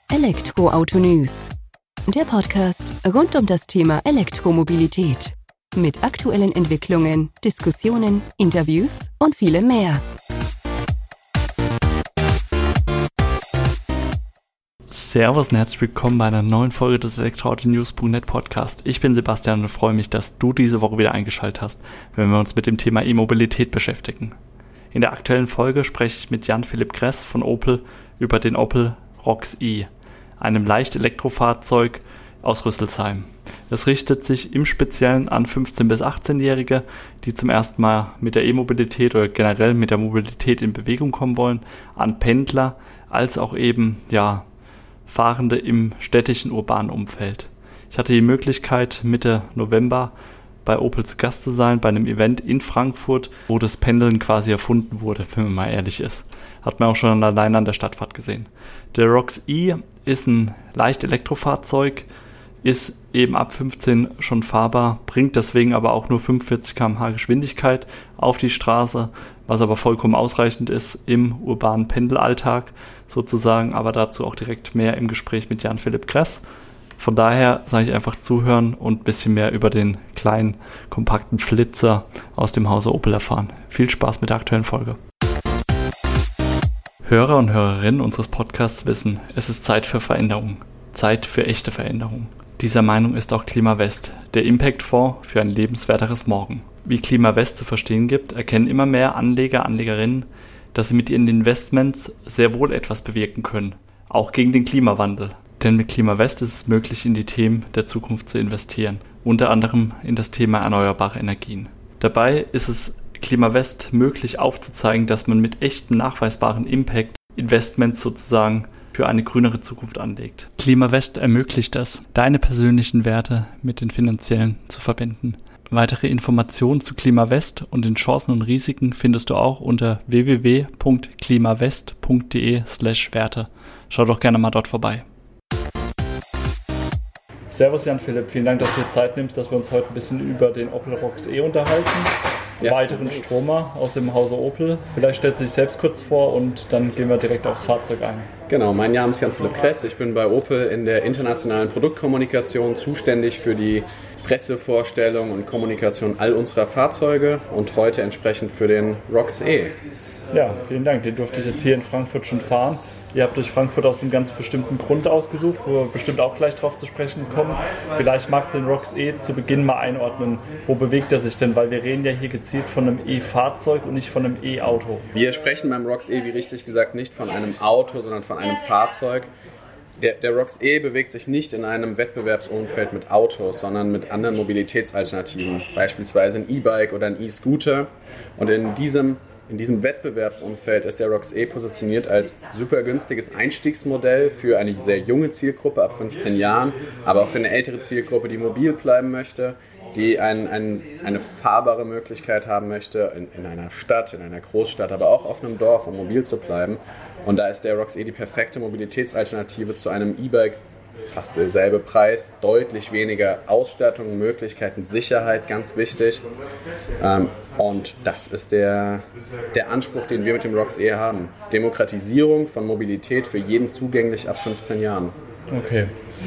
Elektroauto News, der Podcast rund um das Thema Elektromobilität. Mit aktuellen Entwicklungen, Diskussionen, Interviews und vielem mehr. Servus und herzlich willkommen bei einer neuen Folge des Elektroauto-News.net Podcast. Ich bin Sebastian und freue mich, dass du diese Woche wieder eingeschaltet hast, wenn wir uns mit dem Thema E-Mobilität beschäftigen. In der aktuellen Folge spreche ich mit Jan-Philipp Kress von Opel über den Opel Rocks-i, einem Leicht-Elektrofahrzeug aus Rüsselsheim. Es richtet sich im Speziellen an 15- bis 18-Jährige, die zum ersten Mal mit der E-Mobilität oder generell mit der Mobilität in Bewegung kommen wollen, an Pendler, als auch eben, Fahrende im städtischen urbanen Umfeld. Ich hatte die Möglichkeit, Mitte November bei Opel zu Gast zu sein, bei einem Event in Frankfurt, wo das Pendeln quasi erfunden wurde, wenn man mal ehrlich ist. Hat man auch schon allein an der Stadtfahrt gesehen. Der Rocks-i ist ein leicht Elektrofahrzeug, ist eben ab 15 schon fahrbar, bringt deswegen aber auch nur 45 km/h Geschwindigkeit auf die Straße, was aber vollkommen ausreichend ist im urbanen Pendelalltag sozusagen, aber dazu auch direkt mehr im Gespräch mit Jan-Philipp Kress. Von daher sage ich einfach zuhören und ein bisschen mehr über den kleinen, kompakten Flitzer aus dem Hause Opel erfahren. Viel Spaß mit der aktuellen Folge. Hörer und Hörerinnen unseres Podcasts wissen, es ist Zeit für Veränderung. Zeit für echte Veränderung. Dieser Meinung ist auch Klimawest, der Impact-Fonds für ein lebenswerteres Morgen. Wie Klimawest zu verstehen gibt, erkennen immer mehr Anleger, Anlegerinnen, dass sie mit ihren Investments sehr wohl etwas bewirken können, auch gegen den Klimawandel. Denn mit Klimawest ist es möglich, in die Themen der Zukunft zu investieren, unter anderem in das Thema erneuerbare Energien. Dabei ist es Klimawest möglich aufzuzeigen, dass man mit echtem nachweisbaren Impact Investments sozusagen für eine grünere Zukunft anlegt. Klimawest ermöglicht es, deine persönlichen Werte mit den finanziellen zu verbinden. Weitere Informationen zu Klimawest und den Chancen und Risiken findest du auch unter www.klimawest.de/Werte. Schau doch gerne mal dort vorbei. Servus Jan-Philipp, vielen Dank, dass du dir Zeit nimmst, dass wir uns heute ein bisschen über den Opel Rocks-i unterhalten. Ja. Weiteren Stromer aus dem Hause Opel. Vielleicht stellst du dich selbst kurz vor und dann gehen wir direkt aufs Fahrzeug ein. Genau, mein Name ist Jan-Philipp Kress. Ich bin bei Opel in der internationalen Produktkommunikation zuständig für die Pressevorstellung und Kommunikation all unserer Fahrzeuge und heute entsprechend für den Rocks-i. Ja, vielen Dank. Den durfte ich jetzt hier in Frankfurt schon fahren. Ihr habt euch Frankfurt aus einem ganz bestimmten Grund ausgesucht, wo wir bestimmt auch gleich drauf zu sprechen kommen. Vielleicht magst du den Rocks-i zu Beginn mal einordnen. Wo bewegt er sich denn? Weil wir reden ja hier gezielt von einem E-Fahrzeug und nicht von einem E-Auto. Wir sprechen beim Rocks-i, wie richtig gesagt, nicht von einem Auto, sondern von einem Fahrzeug. Der Rocks-i bewegt sich nicht in einem Wettbewerbsumfeld mit Autos, sondern mit anderen Mobilitätsalternativen, beispielsweise ein E-Bike oder ein E-Scooter. Und in diesem Wettbewerbsumfeld ist der Rocks-i positioniert als super günstiges Einstiegsmodell für eine sehr junge Zielgruppe ab 15 Jahren, aber auch für eine ältere Zielgruppe, die mobil bleiben möchte, die eine fahrbare Möglichkeit haben möchte in einer Stadt, in einer Großstadt, aber auch auf einem Dorf, um mobil zu bleiben. Und da ist der Rocks-i die perfekte Mobilitätsalternative zu einem E-Bike. Fast derselbe Preis, deutlich weniger Ausstattung, Möglichkeiten, Sicherheit, ganz wichtig. Und das ist der Anspruch, den wir mit dem Rocks-i haben. Demokratisierung von Mobilität für jeden zugänglich ab 15 Jahren. Okay.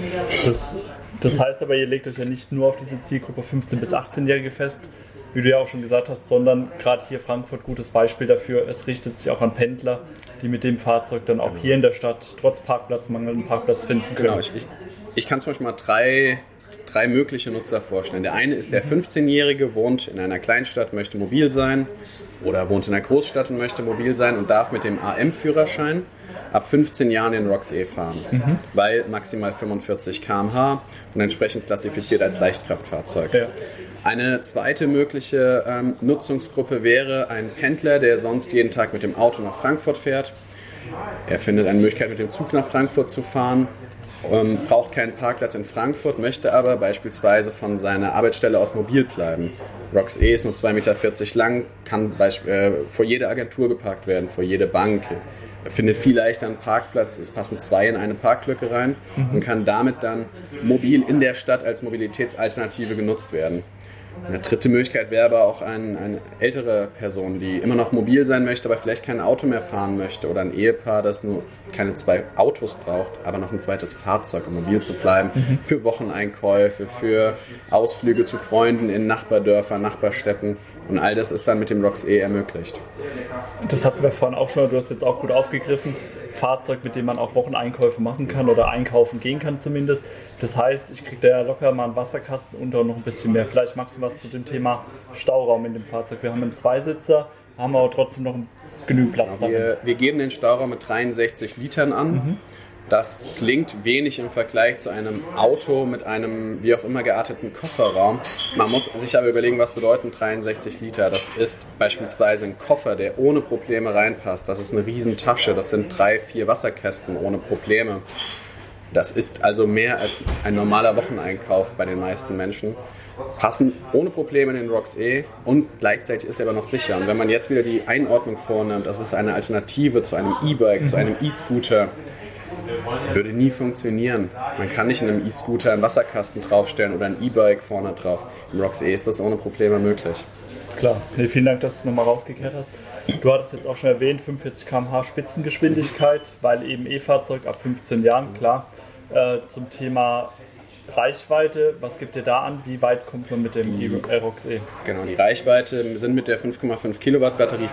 Das heißt aber, ihr legt euch ja nicht nur auf diese Zielgruppe 15- bis 18-Jährige fest, wie du ja auch schon gesagt hast, sondern gerade hier Frankfurt, gutes Beispiel dafür, es richtet sich auch an Pendler, die mit dem Fahrzeug dann auch hier in der Stadt trotz Parkplatzmangel einen Parkplatz finden können. Genau, ich kann zum Beispiel mal drei mögliche Nutzer vorstellen. Der eine ist der 15-Jährige, wohnt in einer Kleinstadt, möchte mobil sein oder wohnt in einer Großstadt und möchte mobil sein und darf mit dem AM-Führerschein ab 15 Jahren den Rocks-i fahren, weil maximal 45 km/h und entsprechend klassifiziert als Leichtkraftfahrzeug. Ja. Eine zweite mögliche Nutzungsgruppe wäre ein Pendler, der sonst jeden Tag mit dem Auto nach Frankfurt fährt. Er findet eine Möglichkeit, mit dem Zug nach Frankfurt zu fahren, braucht keinen Parkplatz in Frankfurt, möchte aber beispielsweise von seiner Arbeitsstelle aus mobil bleiben. Rocks-i ist nur 2,40 Meter lang, kann vor jede Agentur geparkt werden, vor jede Bank. Er findet viel leichter einen Parkplatz, es passen 2 in eine Parklücke rein und kann damit dann mobil in der Stadt als Mobilitätsalternative genutzt werden. Eine dritte Möglichkeit wäre aber auch eine ältere Person, die immer noch mobil sein möchte, aber vielleicht kein Auto mehr fahren möchte, oder ein Ehepaar, das nur keine 2 Autos braucht, aber noch ein zweites Fahrzeug, um mobil zu bleiben, für Wocheneinkäufe, für Ausflüge zu Freunden in Nachbardörfern, Nachbarstädten, und all das ist dann mit dem ROX-E ermöglicht. Das hatten wir vorhin auch schon, du hast jetzt auch gut aufgegriffen. Fahrzeug, mit dem man auch Wocheneinkäufe machen kann oder einkaufen gehen kann zumindest. Das heißt, ich kriege da ja locker mal einen Wasserkasten unter und noch ein bisschen mehr. Vielleicht magst du was zu dem Thema Stauraum in dem Fahrzeug. Wir haben einen Zweisitzer, haben aber trotzdem noch genügend Platz darin. Wir geben den Stauraum mit 63 Litern an. Das klingt wenig im Vergleich zu einem Auto mit einem wie auch immer gearteten Kofferraum. Man muss sich aber überlegen, was bedeuten 63 Liter. Das ist beispielsweise ein Koffer, der ohne Probleme reinpasst. Das ist eine Riesentasche. Das sind 3-4 Wasserkästen ohne Probleme. Das ist also mehr als ein normaler Wocheneinkauf bei den meisten Menschen. Passen ohne Probleme in den ROX-E und gleichzeitig ist er aber noch sicher. Und wenn man jetzt wieder die Einordnung vornimmt, das ist eine Alternative zu einem E-Bike, zu einem E-Scooter, würde nie funktionieren. Man kann nicht in einem E-Scooter einen Wasserkasten draufstellen oder ein E-Bike vorne drauf. Im ROX-E ist das ohne Probleme möglich. Klar, vielen Dank, dass du es nochmal rausgekehrt hast. Du hattest jetzt auch schon erwähnt, 45 km/h Spitzengeschwindigkeit, weil eben E-Fahrzeug ab 15 Jahren, klar. Zum Thema Reichweite, was gibt ihr da an? Wie weit kommt man mit dem ROX-E? Genau, die Reichweite sind mit der 5,5 Kilowatt Batterie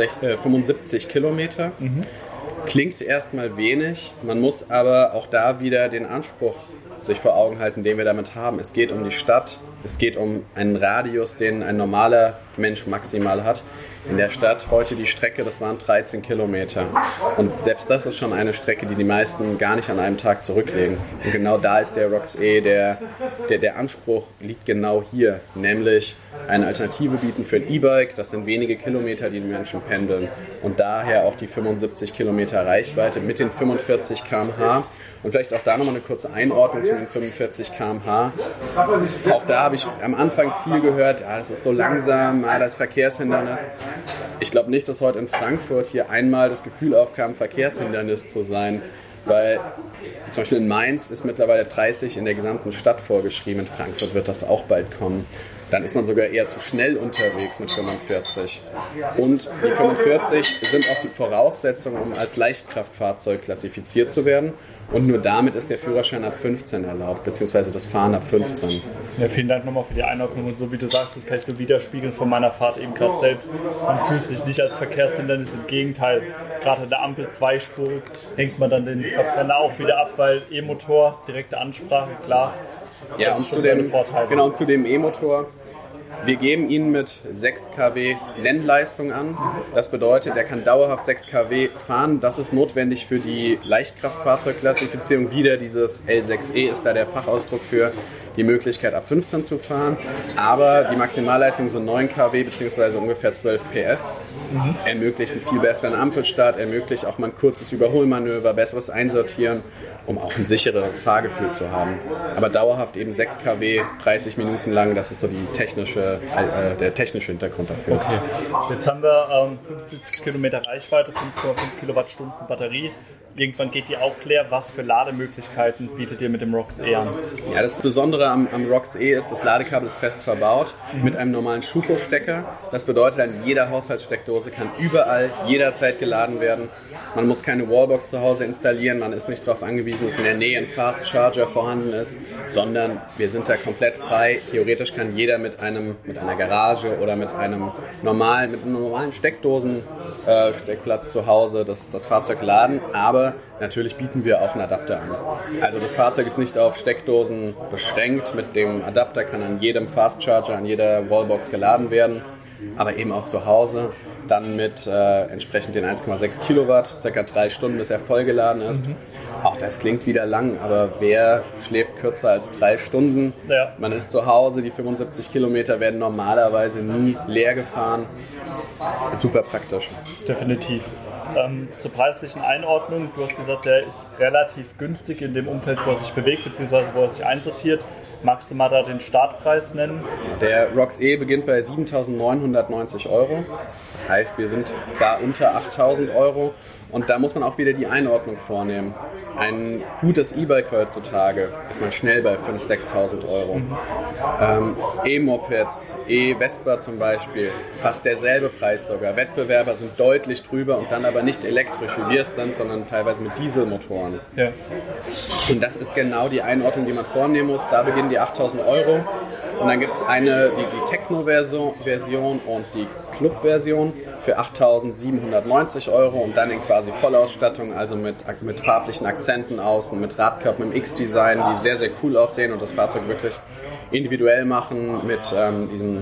75 Kilometer. Klingt erstmal wenig, man muss aber auch da wieder den Anspruch sich vor Augen halten, den wir damit haben. Es geht um die Stadt, es geht um einen Radius, den ein normaler Mensch maximal hat. In der Stadt heute die Strecke, das waren 13 Kilometer. Und selbst das ist schon eine Strecke, die die meisten gar nicht an einem Tag zurücklegen. Und genau da ist der ROX-E, der Anspruch liegt genau hier, nämlich eine Alternative bieten für ein E-Bike. Das sind wenige Kilometer, die Menschen pendeln. Und daher auch die 75 Kilometer Reichweite mit den 45 km/h. Und vielleicht auch da nochmal eine kurze Einordnung zu den 45 km/h. Auch da habe ich am Anfang viel gehört, das ist so langsam, das ist Verkehrshindernis. Ich glaube nicht, dass heute in Frankfurt hier einmal das Gefühl aufkam, Verkehrshindernis zu sein, weil zum Beispiel in Mainz ist mittlerweile 30 in der gesamten Stadt vorgeschrieben, in Frankfurt wird das auch bald kommen. Dann ist man sogar eher zu schnell unterwegs mit 45. Und die 45 sind auch die Voraussetzungen, um als Leichtkraftfahrzeug klassifiziert zu werden. Und nur damit ist der Führerschein ab 15 erlaubt, beziehungsweise das Fahren ab 15. Ja, vielen Dank nochmal für die Einordnung. Und so wie du sagst, das kann ich nur widerspiegeln von meiner Fahrt eben gerade selbst. Man fühlt sich nicht als Verkehrshindernis, im Gegenteil. Gerade an der Ampel zweispurig hängt man dann den Verbrenner auch wieder ab, weil E-Motor, direkte Ansprache, klar. Ja, und zu dem E-Motor. Wir geben ihn mit 6 kW Nennleistung an. Das bedeutet, er kann dauerhaft 6 kW fahren. Das ist notwendig für die Leichtkraftfahrzeugklassifizierung. Wieder dieses L6E ist da der Fachausdruck für die Möglichkeit ab 15 zu fahren. Aber die Maximalleistung so 9 kW bzw. ungefähr 12 PS ermöglicht einen viel besseren Ampelstart, ermöglicht auch mal ein kurzes Überholmanöver, besseres Einsortieren, um auch ein sichereres Fahrgefühl zu haben. Aber dauerhaft eben 6 kW, 30 Minuten lang, das ist so der technische Hintergrund dafür. Okay, jetzt haben wir 50 Kilometer Reichweite, 5,5 Kilowattstunden Batterie. Irgendwann geht die auch leer. Was für Lademöglichkeiten bietet ihr mit dem ROX-E an? Ja, das Besondere am ROX-E ist, das Ladekabel ist fest verbaut mit einem normalen Schuko-Stecker. Das bedeutet, an jeder Haushaltssteckdose kann überall, jederzeit geladen werden. Man muss keine Wallbox zu Hause installieren, man ist nicht darauf angewiesen, dass in der Nähe ein Fast Charger vorhanden ist, sondern wir sind da komplett frei. Theoretisch kann jeder mit einer Garage oder mit einem normalen Steckdosen-Steckplatz zu Hause das Fahrzeug laden, aber natürlich bieten wir auch einen Adapter an. Also das Fahrzeug ist nicht auf Steckdosen beschränkt. Mit dem Adapter kann an jedem Fast Charger, an jeder Wallbox geladen werden, aber eben auch zu Hause. Dann mit entsprechend den 1,6 Kilowatt, ca. 3 Stunden, bis er vollgeladen ist. Auch das klingt wieder lang, aber wer schläft kürzer als 3 Stunden? Ja. Man ist zu Hause, die 75 Kilometer werden normalerweise nie leer gefahren. Super praktisch. Definitiv. Zur preislichen Einordnung, du hast gesagt, der ist relativ günstig in dem Umfeld, wo er sich bewegt, beziehungsweise wo er sich einsortiert. Magst du mal da den Startpreis nennen? Der ROX-E beginnt bei 7.990 €. Das heißt, wir sind klar unter 8.000 €. Und da muss man auch wieder die Einordnung vornehmen. Ein gutes E-Bike heutzutage ist man schnell bei 5.000, 6.000 Euro. E-Mopeds, E-Vespa zum Beispiel, fast derselbe Preis sogar. Wettbewerber sind deutlich drüber und dann aber nicht elektrisch, wie wir es sind, sondern teilweise mit Dieselmotoren. Ja. Und das ist genau die Einordnung, die man vornehmen muss. Da beginnen die 8.000 Euro. Und dann gibt es die Techno-Version und die Club-Version für 8.790 Euro und dann in quasi Vollausstattung, also mit farblichen Akzenten außen, mit Radkappen im X-Design, die sehr, sehr cool aussehen und das Fahrzeug wirklich individuell machen mit diesem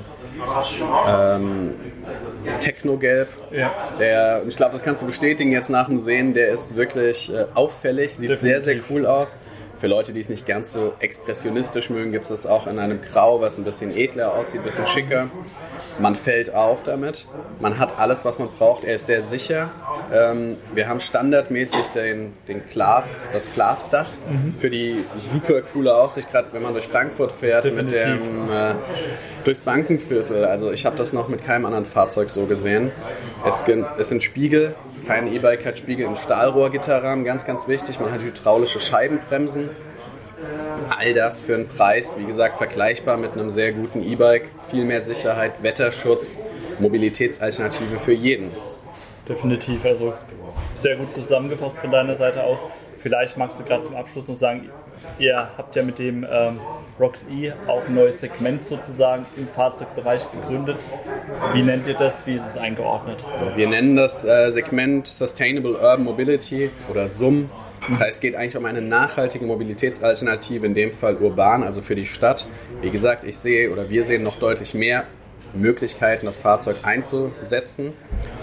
Techno-Gelb. Ja. Ich glaube, das kannst du bestätigen jetzt nach dem Sehen, der ist wirklich auffällig, sieht sehr, sehr cool aus. Für Leute, die es nicht ganz so expressionistisch mögen, gibt es das auch in einem Grau, was ein bisschen edler aussieht, ein bisschen schicker. Man fällt auf damit. Man hat alles, was man braucht. Er ist sehr sicher. Wir haben standardmäßig das Glasdach für die super coole Aussicht, gerade wenn man durch Frankfurt fährt. Definitiv. Durchs Bankenviertel. Also ich habe das noch mit keinem anderen Fahrzeug so gesehen. Es sind Spiegel. Kein E-Bike hat Spiegel im Stahlrohrgitterrahmen, ganz, ganz wichtig. Man hat hydraulische Scheibenbremsen. All das für einen Preis, wie gesagt, vergleichbar mit einem sehr guten E-Bike. Viel mehr Sicherheit, Wetterschutz, Mobilitätsalternative für jeden. Definitiv, also sehr gut zusammengefasst von deiner Seite aus. Vielleicht magst du gerade zum Abschluss noch sagen, ihr habt ja mit dem ROX E auch ein neues Segment sozusagen im Fahrzeugbereich gegründet. Wie nennt ihr das? Wie ist es eingeordnet? Wir nennen das Segment Sustainable Urban Mobility oder SUM. Das heißt, es geht eigentlich um eine nachhaltige Mobilitätsalternative, in dem Fall urban, also für die Stadt. Wie gesagt, wir sehen noch deutlich mehr Möglichkeiten, das Fahrzeug einzusetzen.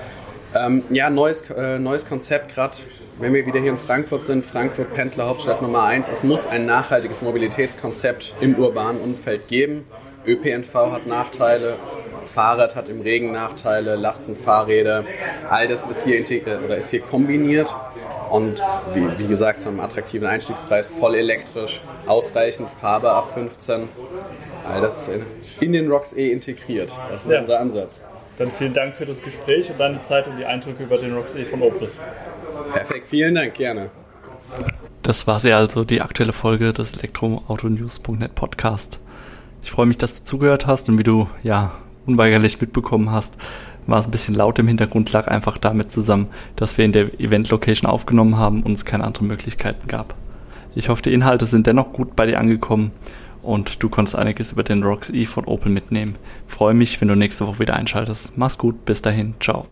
Neues Konzept, gerade wenn wir wieder hier in Frankfurt sind, Frankfurt Pendler Hauptstadt Nummer 1, es muss ein nachhaltiges Mobilitätskonzept im urbanen Umfeld geben. ÖPNV hat Nachteile, Fahrrad hat im Regen Nachteile, Lastenfahrräder, all das ist hier kombiniert und wie gesagt, zu einem attraktiven Einstiegspreis, voll elektrisch, ausreichend, Farbe ab 15, all das in den ROX E integriert. Das ist unser Ansatz. Dann vielen Dank für das Gespräch und deine Zeit und die Eindrücke über den ROX E von Opel. Perfekt, vielen Dank, gerne. Das war sie also, die aktuelle Folge des Elektroautonews.net Podcast. Ich freue mich, dass du zugehört hast und wie du unweigerlich mitbekommen hast, war es ein bisschen laut im Hintergrund, lag einfach damit zusammen, dass wir in der Event-Location aufgenommen haben und es keine anderen Möglichkeiten gab. Ich hoffe, die Inhalte sind dennoch gut bei dir angekommen und du konntest einiges über den ROX E von Opel mitnehmen. Ich freue mich, wenn du nächste Woche wieder einschaltest. Mach's gut, bis dahin, ciao.